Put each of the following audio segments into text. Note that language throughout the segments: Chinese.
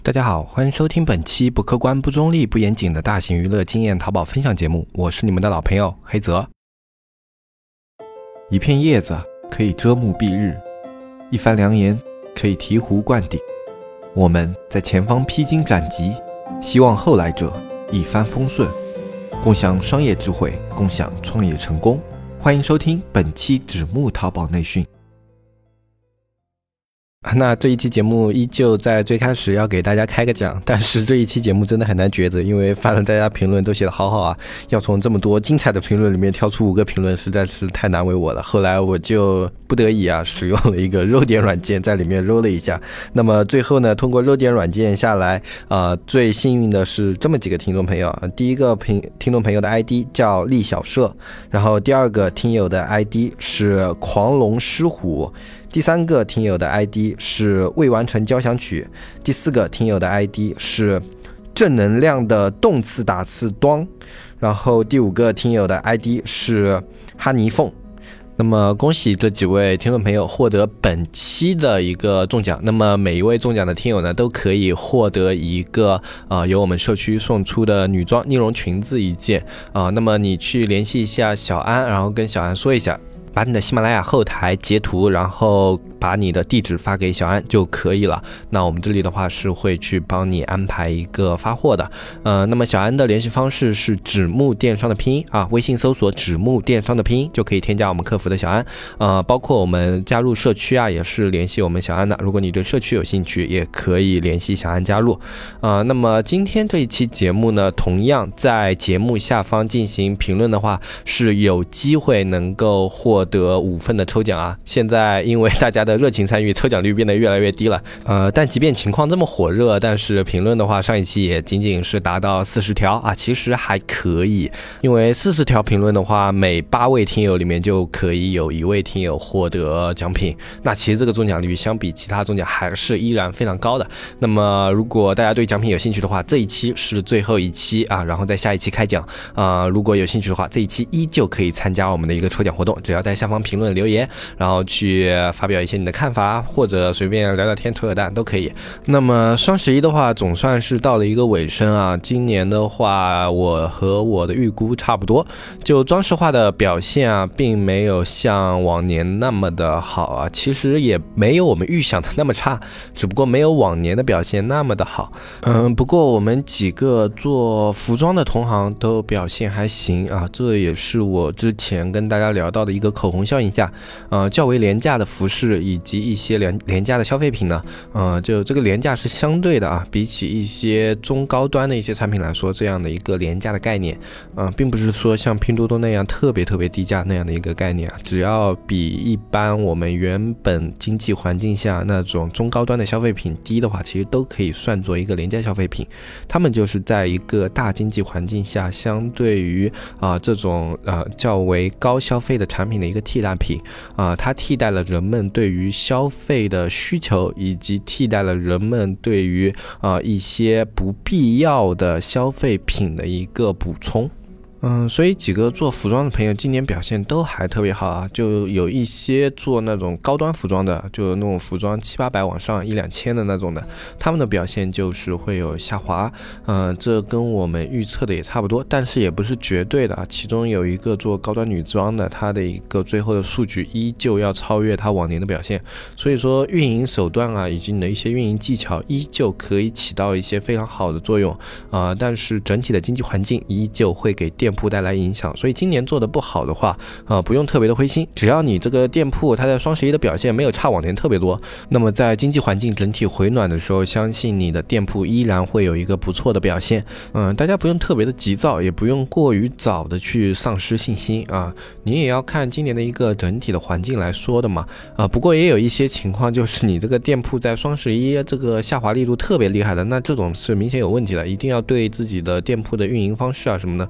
大家好，欢迎收听本期不客观、不中立、不严谨的大型娱乐经验淘宝分享节目，我是你们的老朋友黑泽。一片叶子可以遮目蔽日，一番良言可以醍醐灌顶。我们在前方披荆斩棘，希望后来者一帆风顺，共享商业智慧，共享创业成功。欢迎收听本期纸木淘宝内训。那这一期节目依旧在最开始要给大家开个奖，但是这一期节目真的很难抉择，因为翻了大家评论都写得好好啊，要从这么多精彩的评论里面挑出5个评论实在是太难为我了。后来我就不得已使用了一个揉点软件在里面揉了一下，那么最后呢，通过揉点软件下来最幸运的是这么几个听众朋友。第一个听众朋友的 ID 叫厉小社，然后第二个听友的 ID 是狂龙狮虎，第三个听友的 ID 是未完成交响曲，第四个听友的 ID 是正能量的动次打次端，然后第5个听友的 ID 是哈尼凤。那么恭喜这几位听众朋友获得本期的一个中奖，那么每一位中奖的听友呢，都可以获得一个由我们社区送出的女装呢绒裙子一件那么你去联系一下小安，然后跟小安说一下，把你的喜马拉雅后台截图，然后把你的地址发给小安就可以了。那我们这里的话是会去帮你安排一个发货的。那么小安的联系方式是纸木电商的拼音微信搜索纸木电商的拼音就可以添加我们客服的小安。包括我们加入社区也是联系我们小安的。如果你对社区有兴趣，也可以联系小安加入。那么今天这一期节目呢，同样在节目下方进行评论的话，是有机会能够获得5份的抽奖现在因为大家的热情参与，抽奖率变得越来越低了。但即便情况这么火热，但是评论的话，上一期也仅仅是达到40条其实还可以。因为40条评论的话，每8位听友里面就可以有1位听友获得奖品。那其实这个中奖率相比其他中奖还是依然非常高的。那么如果大家对奖品有兴趣的话，这一期是最后一期然后在下一期开奖。如果有兴趣的话，这一期依旧可以参加我们的一个抽奖活动，只要在下方评论留言，然后去发表一些你的看法，或者随便聊聊天扯扯淡都可以。那么双11的话总算是到了一个尾声今年的话我和我的预估差不多，就装饰画的表现并没有像往年那么的好其实也没有我们预想的那么差，只不过没有往年的表现那么的好。不过我们几个做服装的同行都表现还行这也是我之前跟大家聊到的一个口红效应下较为廉价的服饰以及一些廉价的消费品呢就这个廉价是相对的比起一些中高端的一些产品来说，这样的一个廉价的概念并不是说像拼多多那样特别低价那样的一个概念只要比一般我们原本经济环境下那种中高端的消费品低的话，其实都可以算作一个廉价消费品。他们就是在一个大经济环境下，相对于这种较为高消费的产品的一个替代品它替代了人们对于消费的需求，以及替代了人们对于一些不必要的消费品的一个补充。所以几个做服装的朋友今年表现都还特别好就有一些做那种高端服装的，就那种服装700-800往上1-2千的那种的，他们的表现就是会有下滑。这跟我们预测的也差不多，但是也不是绝对的其中有一个做高端女装的，它的一个最后的数据依旧要超越它往年的表现。所以说运营手段以及你的一些运营技巧依旧可以起到一些非常好的作用但是整体的经济环境依旧会给店铺带来影响。所以今年做的不好的话不用特别的灰心，只要你这个店铺它在双11的表现没有差往年特别多，那么在经济环境整体回暖的时候，相信你的店铺依然会有一个不错的表现。大家不用特别的急躁，也不用过于早的去丧失信心你也要看今年的一个整体的环境来说的嘛不过也有一些情况，就是你这个店铺在双11这个下滑力度特别厉害的，那这种是明显有问题的，一定要对自己的店铺的运营方式什么的去看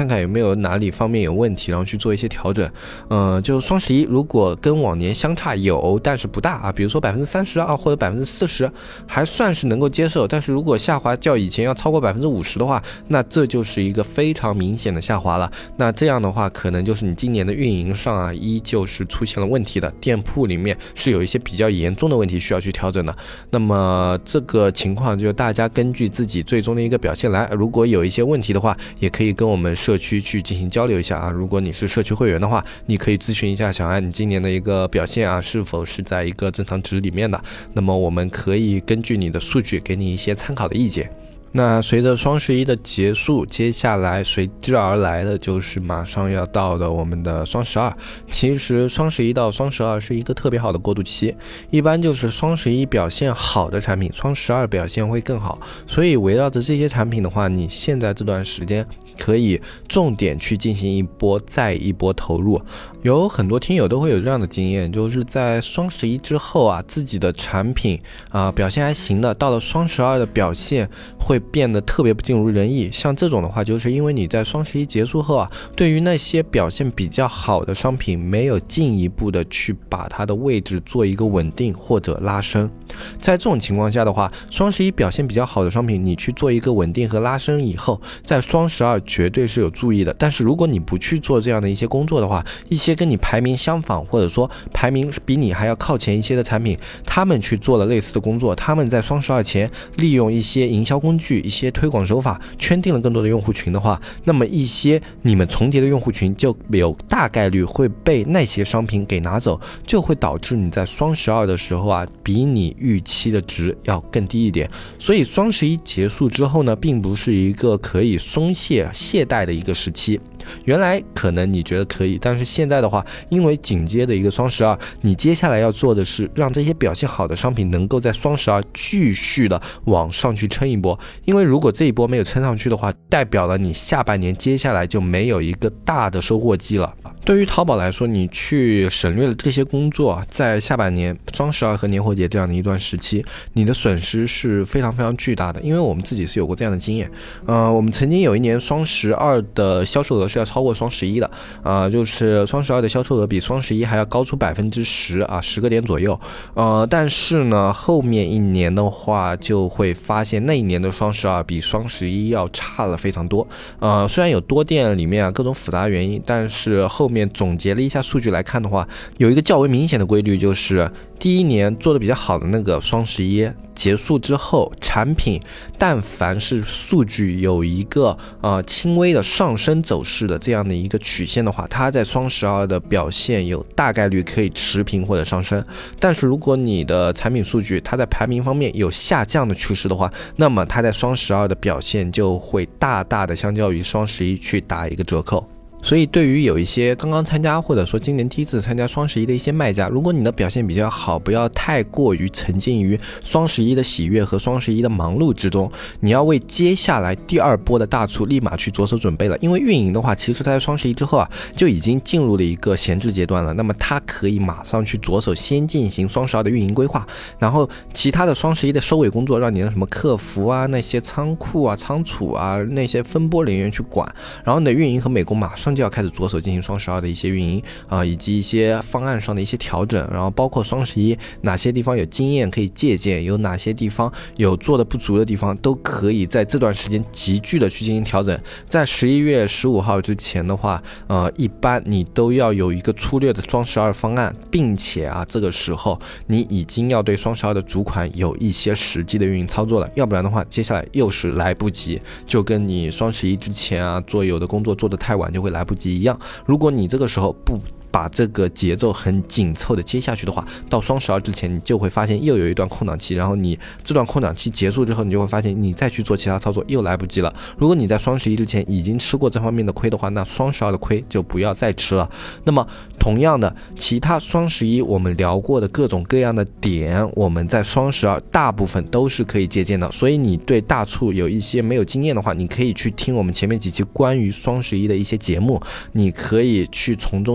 看有没有哪里方面有问题，然后去做一些调整。就双11如果跟往年相差有，但是不大啊，比如说32%或者40%，还算是能够接受。但是如果下滑较以前要超过50%的话，那这就是一个非常明显的下滑了。那这样的话，可能就是你今年的运营上啊，依旧是出现了问题的，店铺里面是有一些比较严重的问题需要去调整的。那么这个情况就大家根据自己最终的一个表现来，如果有一些问题的话，也可以跟我们社区去进行交流一下啊。如果你是社区会员的话，你可以咨询一下小安，你今年的一个表现啊，是否是在一个正常值里面的，那么我们可以根据你的数据给你一些参考的意见。那随着双11的结束，接下来随之而来的就是马上要到的我们的双12。其实双11到双12是一个特别好的过渡期，一般就是双11表现好的产品，双12表现会更好。所以围绕着这些产品的话，你现在这段时间可以重点去进行一波再一波投入。有很多听友都会有这样的经验，就是在双11之后啊，自己的产品表现还行的，到了双12的表现会变得特别不尽如人意。像这种的话，就是因为你在双11结束后啊，对于那些表现比较好的商品没有进一步的去把它的位置做一个稳定或者拉升。在这种情况下的话，双11表现比较好的商品你去做一个稳定和拉升以后，在双12绝对是有注意的。但是如果你不去做这样的一些工作的话，一些跟你排名相仿或者说排名比你还要靠前一些的产品，他们去做了类似的工作，他们在双12前利用一些营销工具、一些推广手法圈定了更多的用户群的话，那么一些你们重叠的用户群就有大概率会被那些商品给拿走，就会导致你在双12的时候啊，比你预期的值要更低一点。所以双11结束之后呢，并不是一个可以松懈懈怠的一个时期。原来可能你觉得可以，但是现在的话，因为紧接的一个双12，你接下来要做的是让这些表现好的商品能够在双12继续的往上去撑一波。因为如果这一波没有撑上去的话，代表了你下半年接下来就没有一个大的收获季了。对于淘宝来说，你去省略了这些工作，在下半年双12和年货节这样的一段时期，你的损失是非常非常巨大的。因为我们自己是有过这样的经验，我们曾经有一年双12的销售额是要超过双11的，就是双12的销售额比双11还要高出10%啊，10个点左右。但是呢，后面一年的话，就会发现那一年的双12比双11要差了非常多。虽然有多店里面各种复杂原因，但是后面总结了一下数据来看的话，有一个较为明显的规律，就是第一年做的比较好的那个双11结束之后，产品但凡是数据有一个轻微的上升走势的这样的一个曲线的话，它在双12的表现有大概率可以持平或者上升。但是如果你的产品数据它在排名方面有下降的趋势的话，那么它在双12的表现就会大大的相较于双11去打一个折扣。所以对于有一些刚刚参加或者说今年第一次参加双11的一些卖家，如果你的表现比较好，不要太过于沉浸于双11的喜悦和双11的忙碌之中，你要为接下来第二波的大促立马去着手准备了。因为运营的话，其实它在双11之后啊，就已经进入了一个闲置阶段了，那么它可以马上去着手先进行双12的运营规划，然后其他的双11的收尾工作让你的什么客服啊、那些仓库啊、仓储啊、那些分拨人员去管，然后你的运营和美工马上就要开始着手进行双12的一些运营以及一些方案上的一些调整，然后包括双11哪些地方有经验可以借鉴，有哪些地方有做的不足的地方，都可以在这段时间急剧的去进行调整。在11月15号之前的话，一般你都要有一个粗略的双12方案，并且这个时候你已经要对双12的主款有一些实际的运营操作了，要不然的话接下来又是来不及，就跟你双11之前做有的工作做得太晚就会来不及一样。如果你这个时候不把这个节奏很紧凑的接下去的话，到双12之前你就会发现又有一段空档期，然后你这段空档期结束之后，你就会发现你再去做其他操作又来不及了。如果你在双11之前已经吃过这方面的亏的话，那双12的亏就不要再吃了。那么同样的，其他双11我们聊过的各种各样的点，我们在双12大部分都是可以借鉴的。所以你对大促有一些没有经验的话，你可以去听我们前面几期关于双11的一些节目，你可以去从中吸取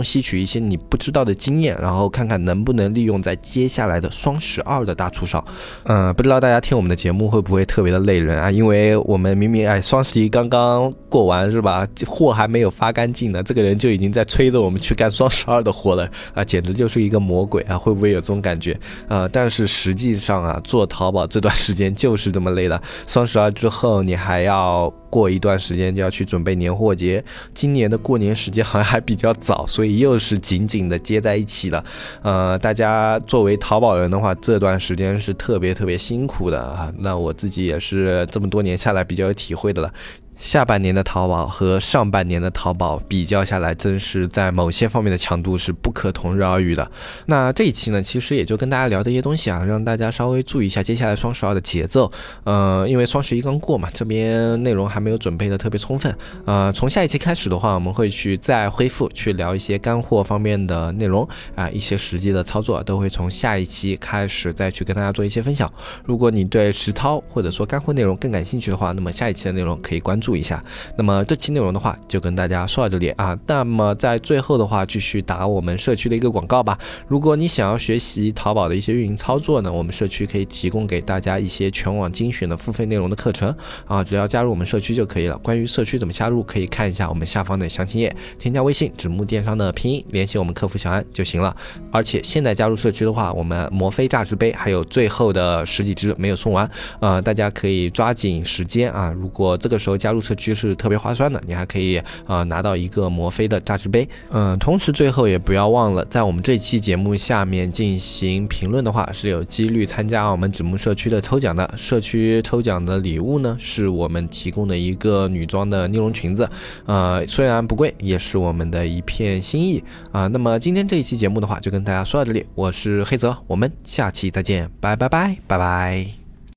一些你不知道的经验，然后看看能不能利用在接下来的双12的大促上。不知道大家听我们的节目会不会特别的累人啊？因为我们明明双11刚刚过完是吧，货还没有发干净呢，这个人就已经在催着我们去干双12的活了啊，简直就是一个魔鬼啊！会不会有这种感觉但是实际上啊，做淘宝这段时间就是这么累的。双12之后你还要过一段时间就要去准备年货节，今年的过年时间好像还比较早，所以又是紧紧的接在一起了。大家作为淘宝人的话，这段时间是特别辛苦的啊。那我自己也是这么多年下来比较有体会的了。下半年的淘宝和上半年的淘宝比较下来，真是在某些方面的强度是不可同日而语的。那这一期呢，其实也就跟大家聊这些东西啊，让大家稍微注意一下接下来双12的节奏。因为双11刚过嘛，这边内容还没有准备的特别充分。从下一期开始的话，我们会再恢复去聊一些干货方面的内容啊，一些实际的操作都会从下一期开始再去跟大家做一些分享。如果你对实操或者说干货内容更感兴趣的话，那么下一期的内容可以关注一下。那么这期内容的话就跟大家说到这里啊。那么在最后的话，继续打我们社区的一个广告吧。如果你想要学习淘宝的一些运营操作呢，我们社区可以提供给大家一些全网精选的付费内容的课程啊，只要加入我们社区就可以了。关于社区怎么加入，可以看一下我们下方的详情页，添加微信纸木电商的拼音，联系我们客服小安就行了。而且现在加入社区的话，我们摩飞榨汁杯还有最后的10几支没有送完，大家可以抓紧时间啊。如果这个时候加入社区是特别划算的，你还可以拿到一个摩飞的榨汁杯。同时最后也不要忘了，在我们这期节目下面进行评论的话，是有几率参加我们纸木社区的抽奖的。社区抽奖的礼物呢，是我们提供的一个女装的呢绒裙子，虽然不贵，也是我们的一片心意啊。那么今天这一期节目的话，就跟大家说到这里，我是黑泽，我们下期再见，拜拜。